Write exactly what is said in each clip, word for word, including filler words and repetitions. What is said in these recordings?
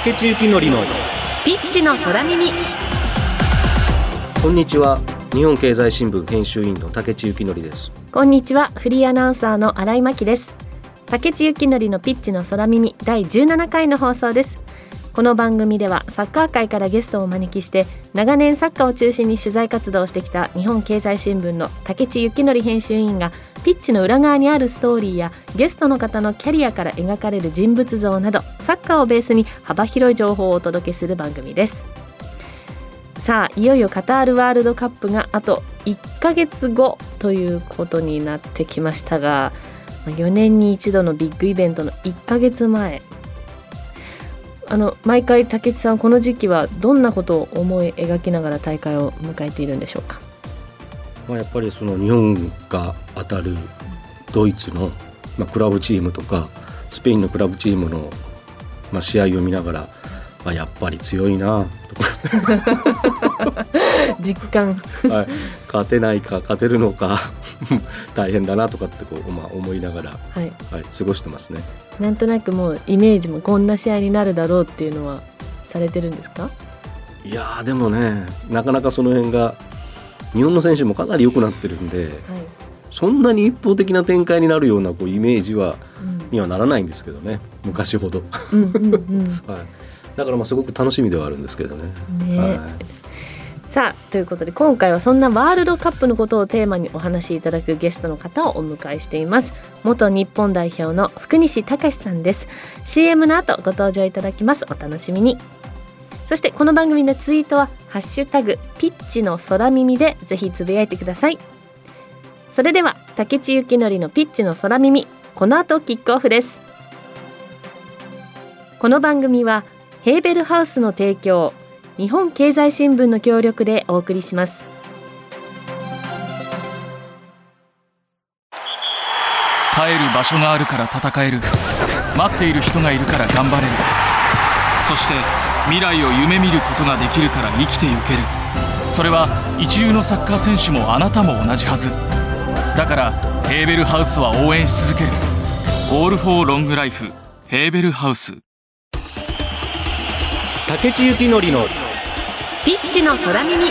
竹地幸典のピッチの空耳。 こんにちは、日本経済新聞編集員の竹地幸典です。 こんにちは、フリーアナウンサーの新井真希です。竹地幸典のピッチの空耳だいじゅうななかいの放送です。この番組ではサッカー界からゲストをお招きして長年サッカーを中心に取材活動をしてきた日本経済新聞の竹地幸典編集員がピッチの裏側にあるストーリーやゲストの方のキャリアから描かれる人物像などサッカーをベースに幅広い情報をお届けする番組です。さあ、いよいよカタールワールドカップがあといっかげつごということになってきましたが、よねんに一度のビッグイベントのいっかげつまえ、あの毎回竹地さん、この時期はどんなことを思い描きながら大会を迎えているんでしょうか。 まあ、やっぱりその日本が当たるドイツの、まあ、クラブチームとかスペインのクラブチームの、まあ、試合を見ながら、まあ、やっぱり強いなとか実感、 はい、勝てないか勝てるのか大変だなとかってこう、まあ、思いながら、はいはい、過ごしてますね。 なんとなくもうイメージもこんな試合になるだろうっていうのはされてるんですか。 いやでもね、なかなかその辺が日本の選手もかなり良くなってるんで、はい、そんなに一方的な展開になるようなこうイメージは、うん、にはならないんですけどね、昔ほどうんうん、うんはい、だからまあすごく楽しみではあるんですけど ね, ね、はい、 さあということで今回はそんなワールドカップのことをテーマにお話しいただくゲストの方をお迎えしています。元日本代表の福西崇史さんです。 シーエム の後ご登場いただきます。お楽しみに。そしてこの番組のツイートはハッシュタグピッチの空耳でぜひつぶやいてください。それでは竹地幸典のピッチの空耳、この後キックオフです。この番組はヘーベルハウスの提供、日本経済新聞の協力でお送りします。 帰る場所があるから戦える、待っている人がいるから頑張れる、そして未来を夢見ることができるから生きてゆける。それは一流のサッカー選手もあなたも同じはずだから、ヘーベルハウスは応援し続ける。オールフォーロングライフ、ヘーベルハウス。 竹地幸典のピッチの空耳。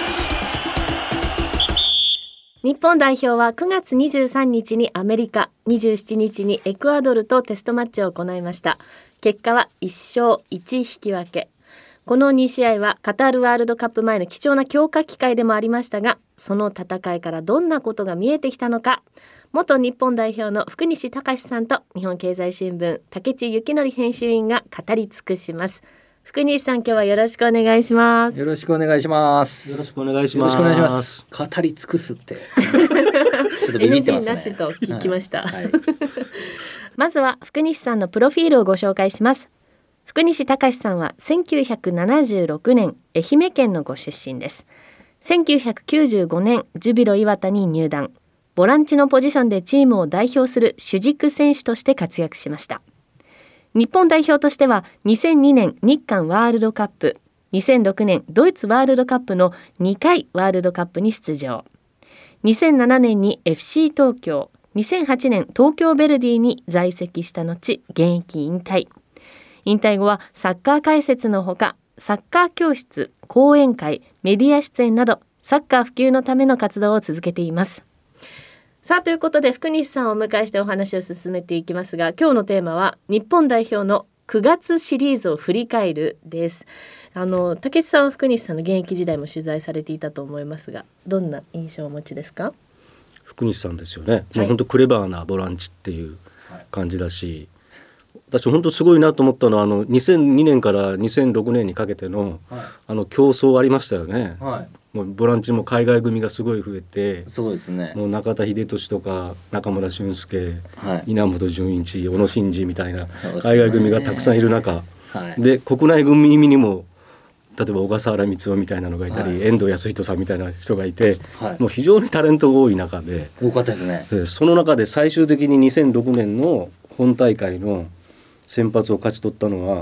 日本代表はくがつにじゅうさんにちにアメリカ、にじゅうしちにちにエクアドルとテストマッチを行いました。結果はいっしょういち引き分け。このにしあいはカタールワールドカップ前の貴重な強化機会でもありましたが、その戦いからどんなことが見えてきたのか、元日本代表の福西崇史さんと日本経済新聞竹地幸典編集員が語り尽くします。福西さん、今日はよろしくお願いします。 よろしくお願いします。 よろしくお願いします。 よろしくお願いします。語り尽くすってちょっとビビってますね。 エヌジー なしと聞きました、はいはい、まずは福西さんのプロフィールをご紹介します。福西崇史さんはせんきゅうひゃくななじゅうろくねん愛媛県のご出身です。せんきゅうひゃくきゅうじゅうごねんジュビロ磐田に入団。ボランチのポジションでチームを代表する主軸選手として活躍しました。日本代表としてはにせんにねん日韓ワールドカップ、にせんろくねんドイツワールドカップのにかいワールドカップに出場。にせんななねんに エフシー 東京、にせんはちねん東京ヴェルディに在籍した後現役引退。引退後はサッカー解説のほか、サッカー教室、講演会、メディア出演などサッカー普及のための活動を続けています。さあということで福西さんをお迎えしてお話を進めていきますが、今日のテーマは日本代表のくがつシリーズを振り返るです。あの竹内さんは福西さんの現役時代も取材されていたと思いますが、どんな印象をお持ちですか。 福西さんですよね、はい、もう本当クレバーなボランチっていう感じだし、私本当すごいなと思ったのはあのにせんにねんからにせんろくねんにかけて の,、はい、あの競争ありましたよね、はい、もうボランチも海外組がすごい増えて、 そうですね、 もう中田英寿とか中村俊輔、 はい、 稲本潤一、小野伸二みたいな海外組がたくさんいる中、 はい、 で国内組にも例えば小笠原光雄みたいなのがいたり、はい、遠藤康人さんみたいな人がいて、はい、もう非常にタレントが多い中で、 多かったですね。 その中で最終的ににせんろくねんの本大会の先発を勝ち取ったのは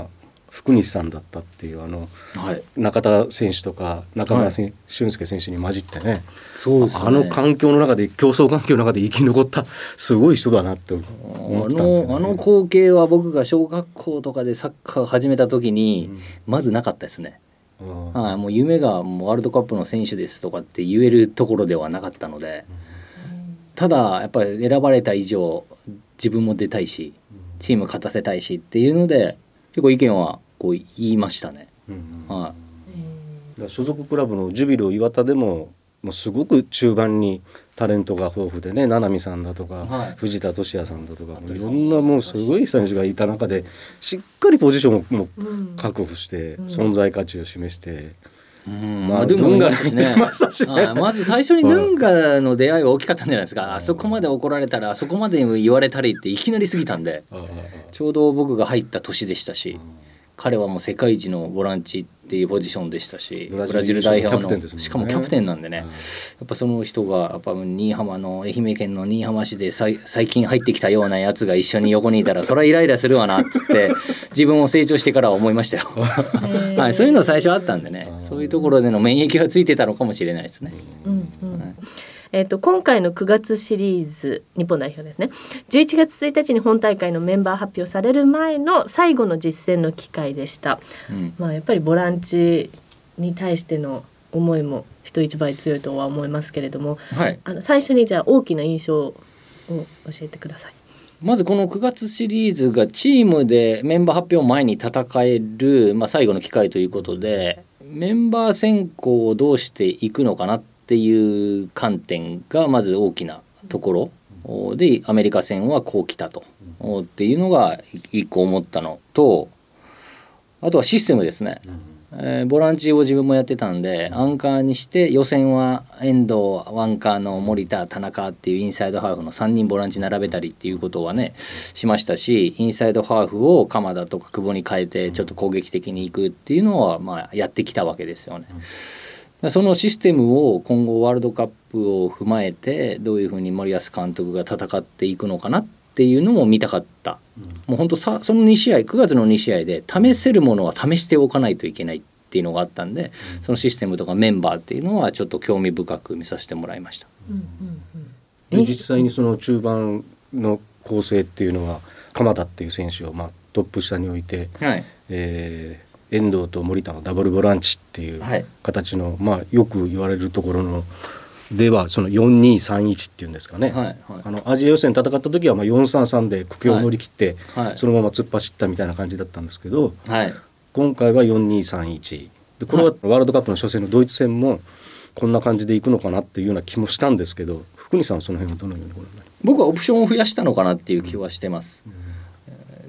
福西さんだったっていうあの、はい、中田選手とか中村俊輔選手に混じってね、 そうですね、 あの環境の中で競争環境の中で生き残ったすごい人だなって思ってたんですよね。 あの、あの光景は僕が小学校とかでサッカーを始めた時にまずなかったですね、うんはい、もう夢がもうワールドカップの選手ですとかって言えるところではなかったので、うん、ただやっぱり選ばれた以上自分も出たいしチーム勝たせたいしっていうので結構意見はこう言いましたね、うんはい、 所属クラブのジュビロ磐田でももうすごく中盤にタレントが豊富でね、七海さんだとか、はい、藤田俊也さんだとかいろんなもうすごい選手がいた中でしっかりポジションをもう確保して存在価値を示して、 うん、まあ、ドゥンガに似てましたしね。まず最初にドゥンガの出会いは大きかったんじゃないですか。あそこまで怒られたらあそこまで言われたりっていきなり過ぎたんで、ちょうど僕が入った年でしたし、彼はもう世界一のボランチっていうポジションでしたし、ブラジル代表のしかもキャプテンなんでね、やっぱその人がやっぱ新居浜の愛媛県の新居浜市で最近入ってきたようなやつが一緒に横にいたらそりゃイライラするわなっつって自分を成長してからは思いましたよはい、そういうの最初あったんでね、そういうところでの免疫がついてたのかもしれないですね、うんうんはい。 えー、と今回のくがつシリーズ日本代表ですね、じゅういちがつついたちに本大会のメンバー発表される前の最後の実戦の機会でした、うんまあ、やっぱりボランチに対しての思いも人一倍強いとは思いますけれども、はい、あの最初にじゃあ大きな印象を教えてください。 まずこのくがつシリーズがチームでメンバー発表前に戦える、まあ、最後の機会ということでメンバー選考をどうしていくのかなっていう観点がまず大きなところでアメリカ戦はこう来たとっていうのが一個思ったのと、あとはシステムですね、えー、ボランチを自分もやってたんでアンカーにして予選は遠藤アンカーの森田田中っていうインサイドハーフのさんにんボランチ並べたりっていうことはねしましたし、インサイドハーフを鎌田とか久保に変えてちょっと攻撃的にいくっていうのはまあやってきたわけですよね。そのシステムを今後ワールドカップを踏まえてどういうふうに森保監督が戦っていくのかなっていうのも見たかった、うん、もう本当さそのに試合くがつのに試合で試せるものは試しておかないといけないっていうのがあったんで、うん、そのシステムとかメンバーっていうのはちょっと興味深く見させてもらいました、うんうんうん、で実際にその中盤の構成っていうのは鎌田っていう選手をまあトップ下に置いて、はいえー遠藤と森田のダブルボランチっていう形の、はいまあ、よく言われるところのではそのよんにさんいちっていうんですかね、はいはい、あのアジア予選戦った時はまあよんさんさんで苦境を乗り切って、はいはい、そのまま突っ走ったみたいな感じだったんですけど、はい、今回はよんにさんいちでこれはワールドカップの初戦のドイツ戦もこんな感じでいくのかなっていうような気もしたんですけど、福西さんはその辺はどのようにご覧になりますか？ 僕はオプションを増やしたのかなっていう気はしてます、うん、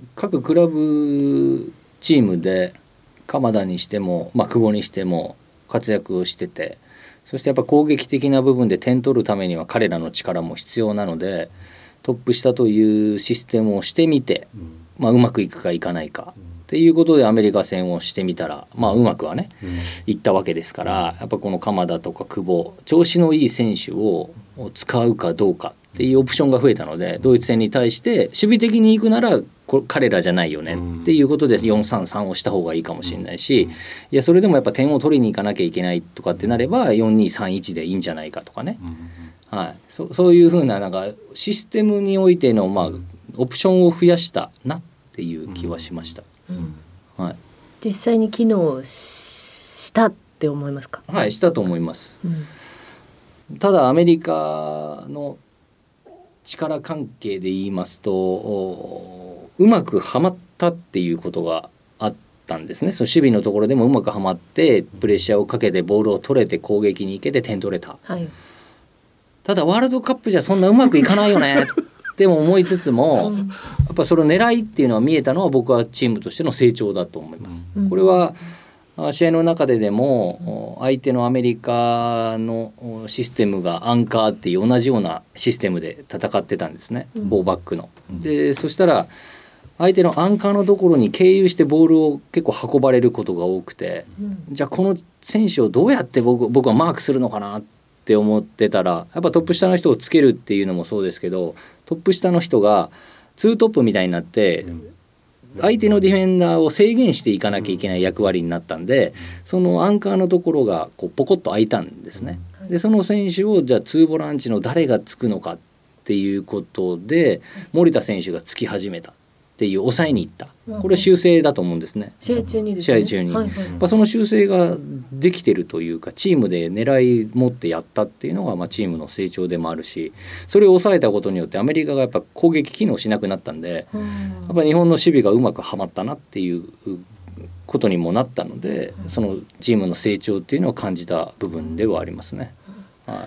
各クラブチームで鎌田にしても、まあ、久保にしても活躍をしてて、そしてやっぱ攻撃的な部分で点取るためには彼らの力も必要なのでトップ下というシステムをしてみて、うんまあ、うまくいくかいかないかっていうことでアメリカ戦をしてみたら、まあ、うまくはね、うん、いったわけですから、やっぱこの鎌田とか久保調子のいい選手を使うかどうかっていうオプションが増えたので、ドイツ戦に対して守備的に行くならこれ彼らじゃないよねっていうことでよんさんさんをした方がいいかもしれないし、いやそれでもやっぱ点を取りに行かなきゃいけないとかってなればよんにさんいちでいいんじゃないかとかね、はい、そ, そういう風ななんかシステムにおいてのまあオプションを増やしたなっていう気はしました、うんはい、 実際に機能したって思いますか？ はい、したと思います、うん、ただアメリカの力関係で言いますとうまくはまったっていうことがあったんですね。その守備のところでもうまくはまってプレッシャーをかけてボールを取れて攻撃に行けて点取れた、はい、ただワールドカップじゃそんなうまくいかないよねっても思いつつも、やっぱその狙いっていうのは見えたのは僕はチームとしての成長だと思います、うん、これは試合の中ででも相手のアメリカのシステムがアンカーっていう同じようなシステムで戦ってたんですね、フォーバックの。でそしたら相手のアンカーのところに経由してボールを結構運ばれることが多くて、じゃあこの選手をどうやって僕、僕はマークするのかなって思ってたら、やっぱトップ下の人をつけるっていうのもそうですけど、トップ下の人がツートップみたいになって相手のディフェンダーを制限していかなきゃいけない役割になったんで、そのアンカーのところがこうポコッと空いたんですね。でその選手をじゃあツーボランチの誰がつくのかっていうことで守田選手がつき始めたっていう抑えに行った、これは修正だと思うんですね。 試合中にですね。 試合中に、 はいはい、 まあ、その修正ができてるというかチームで狙い持ってやったっていうのがまあチームの成長でもあるし、それを抑えたことによってアメリカがやっぱ攻撃機能しなくなったんで、やっぱ日本の守備がうまくはまったなっていうことにもなったので、そのチームの成長っていうのを感じた部分ではありますね。はい、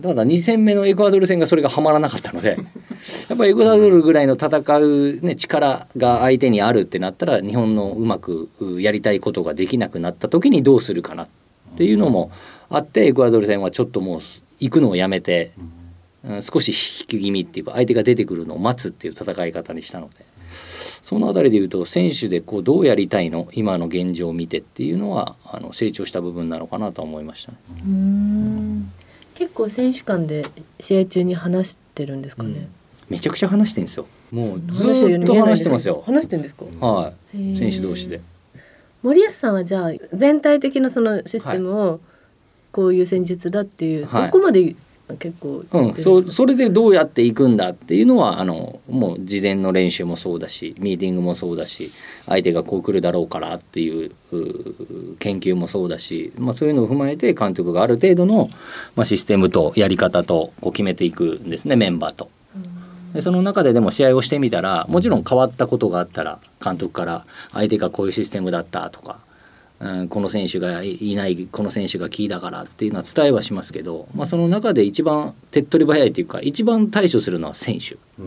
ただに戦目のエクアドル戦がそれがはまらなかったのでやっぱりエクアドルぐらいの戦う、ね、力が相手にあるってなったら日本のうまくやりたいことができなくなった時にどうするかなっていうのもあって、エクアドル戦はちょっともう行くのをやめて、うん、少し引き気味っていうか相手が出てくるのを待つっていう戦い方にしたので、そのあたりでいうと選手でこうどうやりたいの今の現状を見てっていうのはあの成長した部分なのかなと思いましたね。 うーん、結構選手間で試合中に話してるんですかね。うん、 めちゃくちゃ話してるんですよ。もうずっと話してますよ。 話してるんですか。 はい、選手同士で。 森保さんはじゃあ全体的なそのシステムをこういう戦術だっていう、はい、どこまで結構、 うん、そ, それでどうやっていくんだっていうのはあのもう事前の練習もそうだしミーティングもそうだし相手がこう来るだろうからっていう研究もそうだし、まあ、そういうのを踏まえて監督がある程度の、まあ、システムとやり方とこう決めていくんですね、メンバーと。でその中ででも試合をしてみたらもちろん変わったことがあったら監督から相手がこういうシステムだったとか、うん、この選手がいないこの選手がキーだからっていうのは伝えはしますけど、まあ、その中で一番手っ取り早いというか一番対処するのは選手、うん、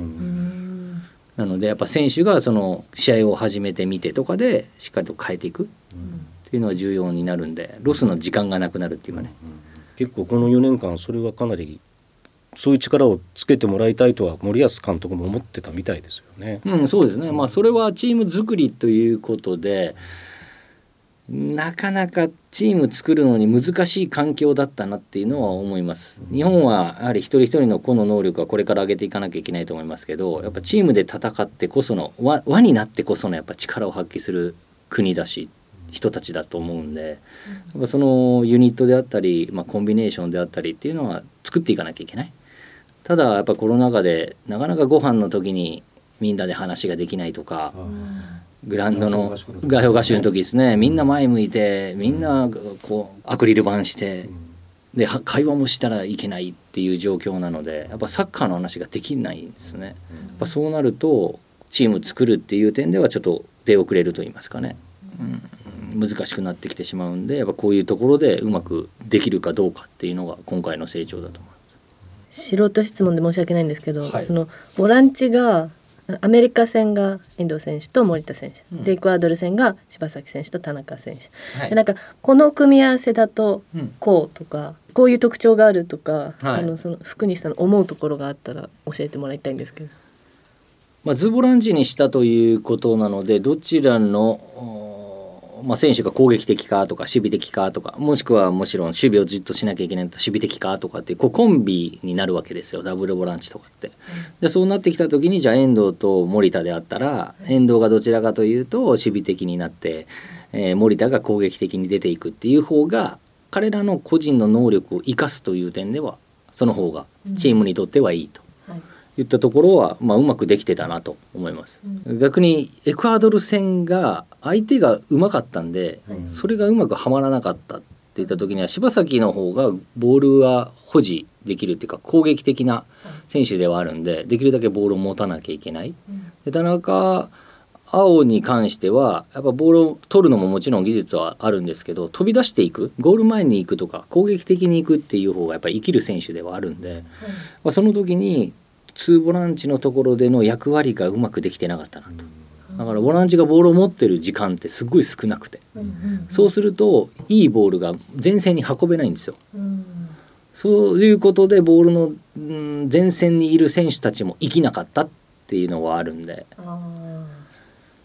なのでやっぱ選手がその試合を始めてみてとかでしっかりと変えていくっていうのは重要になるんで、ロスの時間がなくなるっていうかね、 うんうん、結構このよねんかんそれはかなりそういう力をつけてもらいたいとは森保監督も思ってたみたいですよね。 うん、そうですね、まあ、それはチーム作りということでなかなかチーム作るのに難しい環境だったなっていうのは思います。日本はやはり一人一人の個の能力はこれから上げていかなきゃいけないと思いますけど、やっぱチームで戦ってこその 輪, 輪になってこそのやっぱ力を発揮する国だし人たちだと思うんで、やっぱそのユニットであったり、まあ、コンビネーションであったりっていうのは作っていかなきゃいけない。ただやっぱコロナ禍でなかなかご飯の時にみんなで話ができないとか、グラウンドの外評合宿の時ですね、みんな前向いてみんなこうアクリル板してで会話もしたらいけないっていう状況なので、やっぱサッカーの話ができないんですね。やっぱそうなるとチーム作るっていう点ではちょっと出遅れると言いますかね、うん、難しくなってきてしまうんで、やっぱこういうところでうまくできるかどうかっていうのが今回の成長だと思います。 素人質問で申し訳ないんですけど、 はい、 そのボランチがアメリカ戦が遠藤選手と森田選手、うん、でエクアドル戦が柴崎選手と田中選手、はい、でなんかこの組み合わせだとこうとか、うん、こういう特徴があるとか、はい、あのその福西さんの思うところがあったら教えてもらいたいんですけど。 まあ、ズボランチにしたということなのでどちらのまあ、選手が攻撃的かとか守備的かとか、もしくはもちろん守備をじっとしなきゃいけないと守備的かとかってこうコンビになるわけですよ、ダブルボランチとかって。でそうなってきた時にじゃあ遠藤と森田であったら遠藤がどちらかというと守備的になって、えー、森田が攻撃的に出ていくっていう方が彼らの個人の能力を生かすという点ではその方がチームにとってはいいと。言ったところは、まあ、うまくできてたなと思います、うん、逆にエクアドル戦が相手がうまかったんで、うん、それがうまくはまらなかったっていった時には柴崎の方がボールは保持できるっていうか攻撃的な選手ではあるんでできるだけボールを持たなきゃいけない、うん、で田中碧に関してはやっぱボールを取るのももちろん技術はあるんですけど飛び出していくゴール前に行くとか攻撃的に行くっていう方がやっぱり生きる選手ではあるんで、うんまあ、その時にツーボランチのところでの役割がうまくできてなかったなと。だからボランチがボールを持ってる時間ってすごい少なくて、うんうんうん、そうするといいボールが前線に運べないんですよ、うん、そういうことでボールの、うん、前線にいる選手たちも生きなかったっていうのはあるんで、ち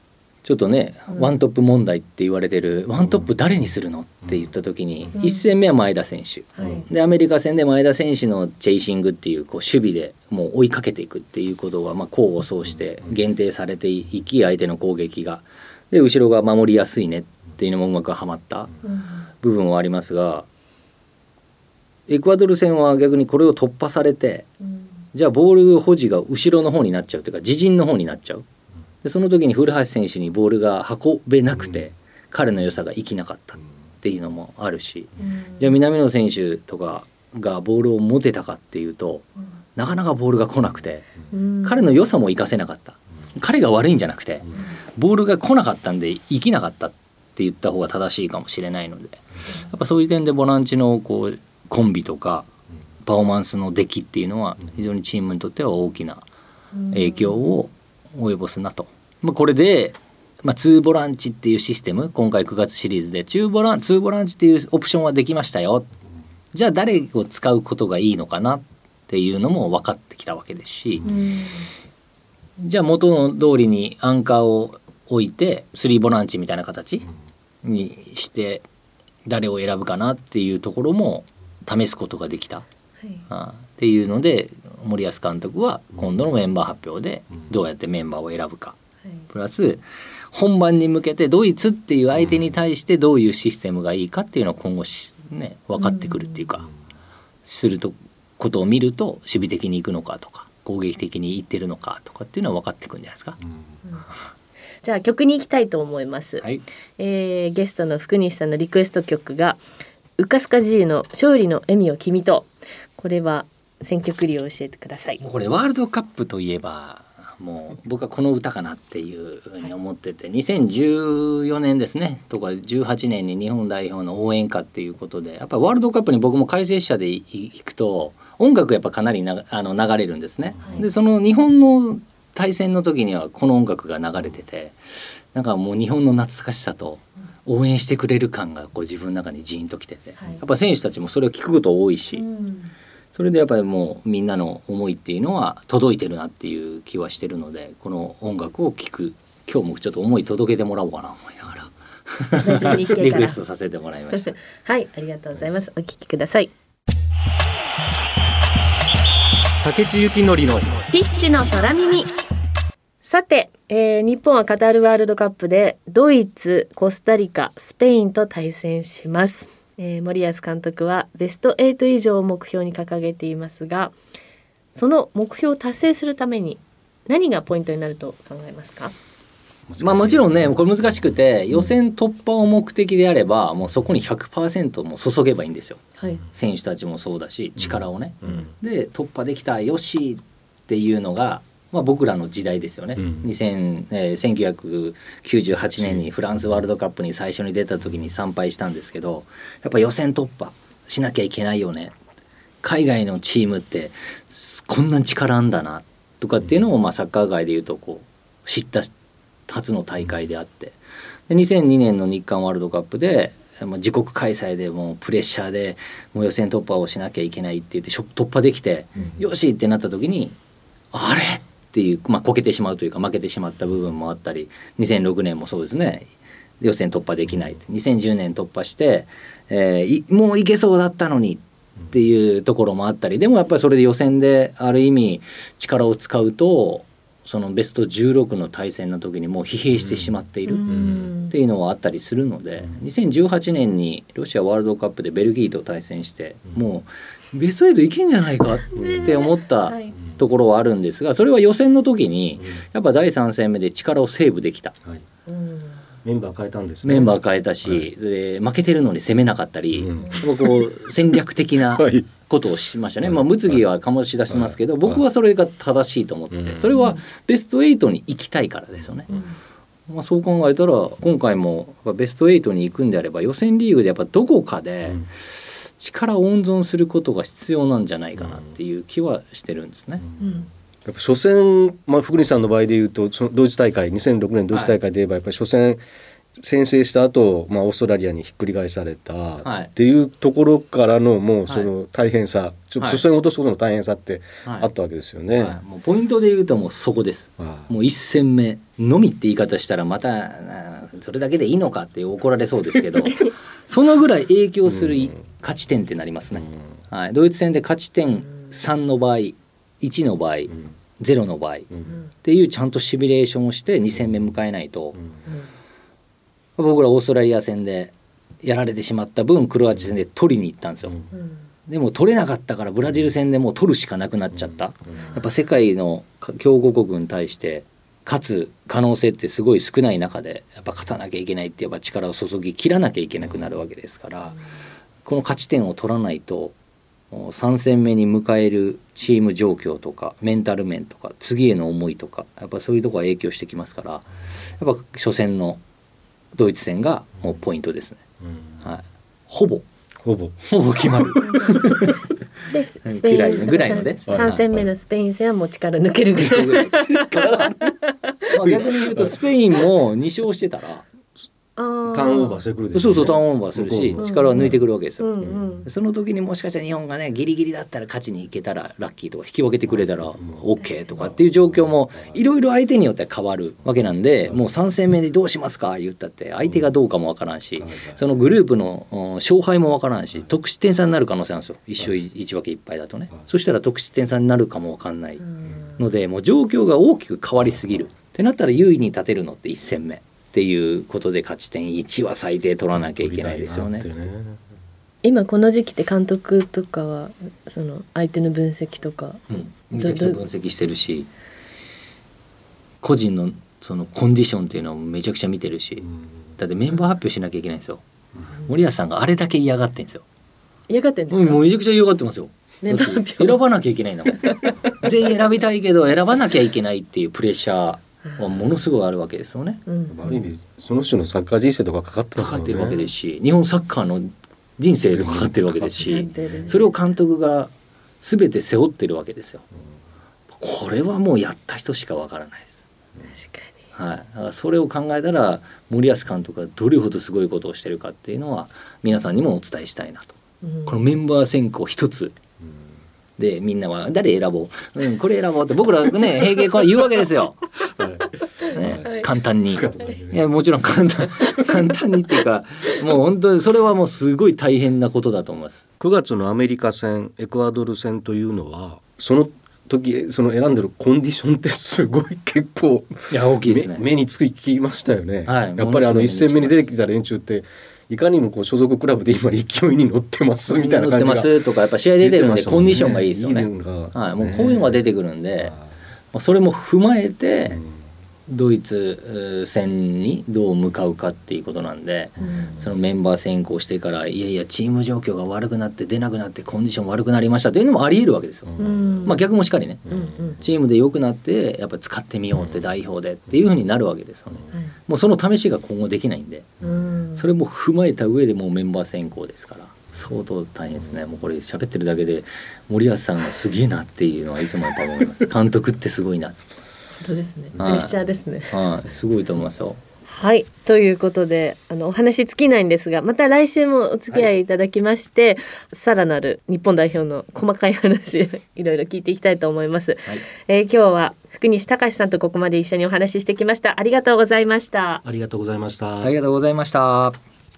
ちょっとね、うん、ワントップ問題って言われてるワントップ誰にするのって言った時に、うん、いち戦目は前田選手、うん、でアメリカ戦で前田選手のチェイシングっていうこう守備でもう追いかけていくっていうことがまあ功を奏して限定されていき、相手の攻撃がで後ろが守りやすいねっていうのもうまくはまった部分はありますが、エクアドル戦は逆にこれを突破されて、うん、じゃあボール保持が後ろの方になっちゃうというか自陣の方になっちゃう。でその時に古橋選手にボールが運べなくて、うん、彼の良さが生きなかったっていうのもあるし、うん、じゃあ南野選手とかがボールを持てたかっていうと、うん、なかなかボールが来なくて、うん、彼の良さも生かせなかった、うん、彼が悪いんじゃなくて、うん、ボールが来なかったんで生きなかったって言った方が正しいかもしれないので、やっぱそういう点でボランチのこうコンビとかパフォーマンスの出来っていうのは非常にチームにとっては大きな影響を及ぼすなと、まあ、これで、まあ、ツーボランチっていうシステム、今回くがつシリーズでツーボラン、ツーボランチっていうオプションはできましたよ、じゃあ誰を使うことがいいのかなっていうのも分かってきたわけですし、じゃあ元の通りにアンカーを置いてスリーボランチみたいな形にして誰を選ぶかなっていうところも試すことができた、はい、あっていうので森保監督は今度のメンバー発表でどうやってメンバーを選ぶか、はい、プラス本番に向けてドイツっていう相手に対してどういうシステムがいいかっていうのを今後ね分かってくるっていうか、するとことを見ると守備的にいくのかとか攻撃的にいってるのかとかっていうのは分かってくるんじゃないですか、うん、 じゃあ曲に行きたいと思います、はい、えー、ゲストの福西さんのリクエスト曲がウカスカ G の勝利の笑みを君と、これは選曲理由を教えてください。 これワールドカップといえばもう僕はこの歌かなっていうふうに思ってて、にせんじゅうよねんですねとかじゅうはちねんに日本代表の応援歌っていうことで、やっぱりワールドカップに僕も解説者で行くと音楽やっぱかなりなあの流れるんですね、はい、でその日本の対戦の時にはこの音楽が流れてて、なんかもう日本の懐かしさと応援してくれる感がこう自分の中にジーンときてて、はい、やっぱ選手たちもそれを聞くこと多いし、うん、それでやっぱりもうみんなの思いっていうのは届いてるなっていう気はしてるので、この音楽を聴く、今日もちょっと思い届けてもらおうかな思いながらリクエストさせてもらいましたはい、ありがとうございます。お聴きください。 竹地幸典のピッチの空耳。さて、えー、日本はカタールワールドカップでドイツ、コスタリカ、スペインと対戦します、えー、森保監督はベストはち以上を目標に掲げていますが、その目標を達成するために何がポイントになると考えますか？ まあ、もちろんねこれ難しくて、予選突破を目的であればもうそこに ひゃくパーセント も注げばいいんですよ、はい、選手たちもそうだし力をね、うんうん、で突破できたよしっていうのが、まあ、僕らの時代ですよね、うん、にせんえー、せんきゅうひゃくきゅうじゅうはちねんにフランスワールドカップに最初に出た時に参拝したんですけど、やっぱ予選突破しなきゃいけないよね、海外のチームってこんな力あんだなとかっていうのを、まあ、サッカー界でいうとこう知った初の大会であって、でにせんにねんの日韓ワールドカップで、まあ、自国開催でもうプレッシャーでもう予選突破をしなきゃいけないって言って突破できて、うん、よしってなった時にあれっていう、まあ、こけてしまうというか負けてしまった部分もあったり、にせんろくねんもそうですね、予選突破できない、にせんじゅうねん突破して、えー、もういけそうだったのにっていうところもあったり、でもやっぱりそれで予選である意味力を使うとそのベストじゅうろくの対戦の時にもう疲弊してしまっているっていうのはあったりするので、にせんじゅうはちねんにロシアワールドカップでベルギーと対戦してもうベストはちいけんじゃないかって思ったところはあるんですが、それは予選の時にやっぱだいさん戦目で力をセーブできた、はい、 メンバー変えたんですね。 メンバー変えたし、はい、で負けてるのに攻めなかったり、うん、こう戦略的なことをしましたね、まあ、物議は醸し出しますけど、僕はそれが正しいと思ってて、それはベストはちに行きたいからですよね、うん、まあ、そう考えたら今回もベストはちに行くんであれば予選リーグでやっぱどこかで力を温存することが必要なんじゃないかなっていう気はしてるんですね、うんうん、 やっぱ初戦、まあ、福西さんの場合でいうとそのドイツ大会にせんろくねんドイツ大会で言えばやっぱり初戦先制した後、まあオーストラリアにひっくり返されたっていうところからのもうその大変さ、はい、ちょっと初戦落とすことの大変さってあったわけですよね、はいはい、 もうポイントで言うともうそこです、はい、もういち戦目のみって言い方したらまたそれだけでいいのかって怒られそうですけどそのぐらい影響する勝ち点ってなりますね、はい、ドイツ戦で勝ち点さんの場合いちの場合、うん、ゼロの場合、うん、っていうちゃんとシミュレーションをしてに戦目迎えないと、うん、僕らオーストラリア戦でやられてしまった分クロアチア戦で取りに行ったんですよ、うん、でも取れなかったからブラジル戦でもう取るしかなくなっちゃった、うん、やっぱ世界の強豪国に対して勝つ可能性ってすごい少ない中でやっぱ勝たなきゃいけないってやっぱ力を注ぎ切らなきゃいけなくなるわけですから、うん、この勝ち点を取らないとさん戦目に迎えるチーム状況とかメンタル面とか次への思いとかやっぱそういうところが影響してきますからやっぱ初戦のドイツ戦がもうポイントですね、うんはい、ほぼほぼほぼ決まるでスペインぐらいのぐらいのねさん戦目のスペイン戦はもう力抜けるぐらいまあ逆に言うとスペインもに勝してたらターンオーバーしてくるでしょ、ね、 そうそうターンオーバーするし力を抜いてくるわけですよ、うんうん、その時にもしかしたら日本がねギリギリだったら勝ちに行けたらラッキーとか引き分けてくれたら OK とかっていう状況もいろいろ相手によって変わるわけなんでもうさん戦目でどうしますか言ったって相手がどうかもわからんしそのグループの勝敗もわからんし得失点差になる可能性なんですよ一勝一分けいっ敗だとねそしたら得失点差になるかもわかんないのでもう状況が大きく変わりすぎるってなったら優位に立てるのっていち戦目っていうことで勝ち点いちは最低取らなきゃいけないですよね。 今この時期って監督とかはその相手の分析とか、 うん、めちゃくちゃ分析してるし個人のそのコンディションっていうのをめちゃくちゃ見てるしだってメンバー発表しなきゃいけないんですよ、うん、森保さんがあれだけ嫌がってんですよ。 嫌がってんですか？ もうめちゃくちゃ嫌がってますよ。メンバー発表選ばなきゃいけないんだもん全員選びたいけど選ばなきゃいけないっていうプレッシャーはものすごいあるわけですよね、うん、 ある意味その人のサッカー人生とかかかってますもんね。 かかってるわけですし日本サッカーの人生とかかってるわけですしそれを監督が全て背負ってるわけですよ、うん、これはもうやった人しかわからないです。 確かに、 はい、だからそれを考えたら森保監督がどれほどすごいことをしてるかっていうのは皆さんにもお伝えしたいなと、うん、このメンバー選考一つでみんなは誰選ぼう、うん、これ選ぼうって僕らね平気こう言うわけですよ、ねはい、簡単にいやもちろん簡単簡単にっていうかもう本当にそれはもうすごい大変なことだと思います。 くがつのアメリカ戦エクアドル戦というのはその時その選んでるコンディションってすごい結構いや大きいですね。 目につきましたよね、 はい、 やっぱりあの一戦目に出てきた連中っていかにもこう所属クラブで今勢いに乗ってますみたいな感じが乗ってますとかやっぱ試合出てるんでコンディションがいいですよね。いいはい、もうこういうのが出てくるんで、まあ、それも踏まえてドイツ戦にどう向かうかっていうことなんで、うん、そのメンバー選考してからいやいやチーム状況が悪くなって出なくなってコンディション悪くなりましたっていうのもあり得るわけですよ、うん、まあ逆もしかりね、うん、チームで良くなってやっぱり使ってみようって代表でっていう風になるわけですよね、うん、もうその試しが今後できないんで、うん、それも踏まえた上でもうメンバー選考ですから相当大変ですね。もうこれ喋ってるだけで森保さんがすげえなっていうのはいつもやっぱ思います監督ってすごいなそうですね、プレッシャーですね、 はいはい、すごいと思いますよ。 はいということであのお話尽きないんですがまた来週もお付き合いいただきまして、はい、さらなる日本代表の細かい話いろいろ聞いていきたいと思います、はいえー、今日は福西隆さんとここまで一緒にお話ししてきました。ありがとうございました。 ありがとうございましたありがとうございました。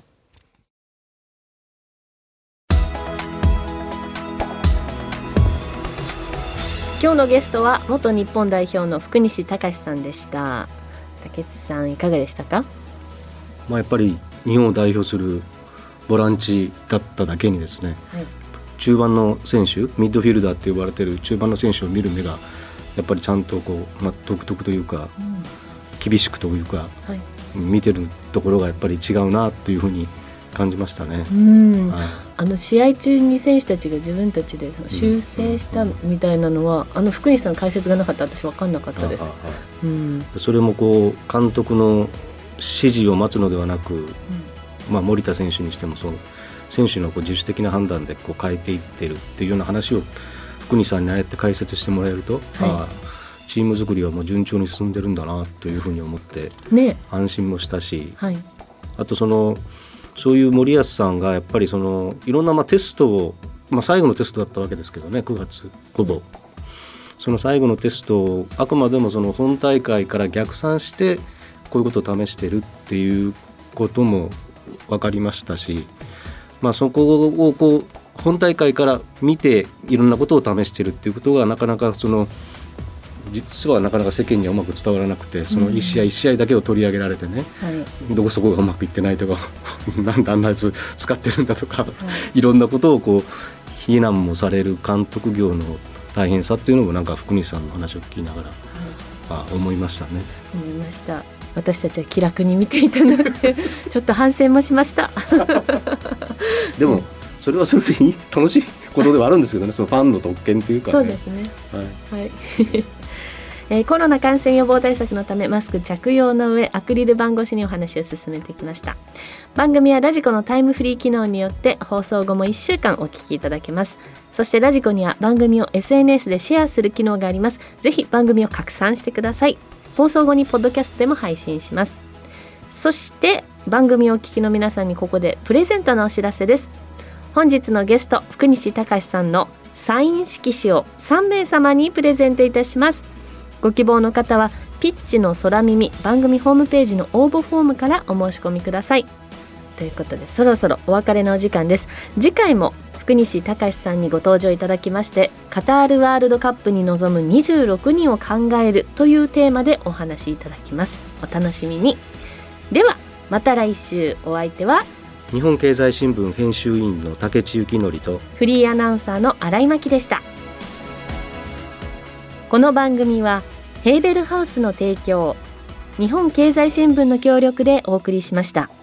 今日のゲストは元日本代表の福西隆さんでした。竹内さんいかがでしたか？ まあ、やっぱり日本を代表するボランチだっただけにですね、はい、中盤の選手ミッドフィルダーって呼ばれている中盤の選手を見る目がやっぱりちゃんとこう、まあ、独特というか、うん、厳しくというか、はい、見てるところがやっぱり違うなというふうに感じましたね。 うん、はい、あの試合中に選手たちが自分たちで修正したみたいなのは、うんうんうん、あの福西さんの解説がなかったら私分かんなかったです。うん、 それもこう監督の指示を待つのではなく、うんまあ、森田選手にしてもそう選手のこう自主的な判断でこう変えていってるっていうような話を福西さんにああやって解説してもらえると、はい、あチーム作りはもう順調に進んでるんだなというふうに思って、ね、安心もしたし、はい、 あとそのそういう森保さんがやっぱりそのいろんなまあテストを、まあ、最後のテストだったわけですけどね、くがつほどその最後のテストをあくまでもその本大会から逆算してこういうことを試してるっていうことも分かりましたし、まあ、そこをこう本大会から見ていろんなことを試してるっていうことがなかなかその実はなかなか世間にはうまく伝わらなくて、その一試合一試合だけを取り上げられてね、うん、どこそこがうまくいってないとかなんであんなやつ使ってるんだとか、はい、いろんなことをこう非難もされる監督業の大変さっていうのもなんか福西さんの話を聞きながら、はい、あ思いましたね。 思いました。私たちは気楽に見ていたのでちょっと反省もしましたでもそれはそれでいい楽しいことではあるんですけどね、そのファンの特権というかね。 そうですね、はいはいえー、コロナ感染予防対策のためマスク着用の上アクリル板越しにお話を進めてきました。番組はラジコのタイムフリー機能によって放送後もいっしゅうかんお聞きいただけます。そしてラジコには番組を エスエヌエス でシェアする機能があります。ぜひ番組を拡散してください。放送後にポッドキャストでも配信します。そして番組をお聞きの皆さんにここでプレゼントのお知らせです。本日のゲスト福西隆さんのサイン色紙をさんめい様にプレゼントいたします。ご希望の方はピッチの空耳番組ホームページの応募フォームからお申し込みください。ということでそろそろお別れのお時間です。次回も福西隆さんにご登場いただきまして、カタールワールドカップに臨むにじゅうろくにんを考えるというテーマでお話しいただきます。お楽しみに。ではまた来週。お相手は日本経済新聞編集員の竹地幸則とフリーアナウンサーの新井真希でした。この番組はヘーベルハウスの提供、日本経済新聞の協力でお送りしました。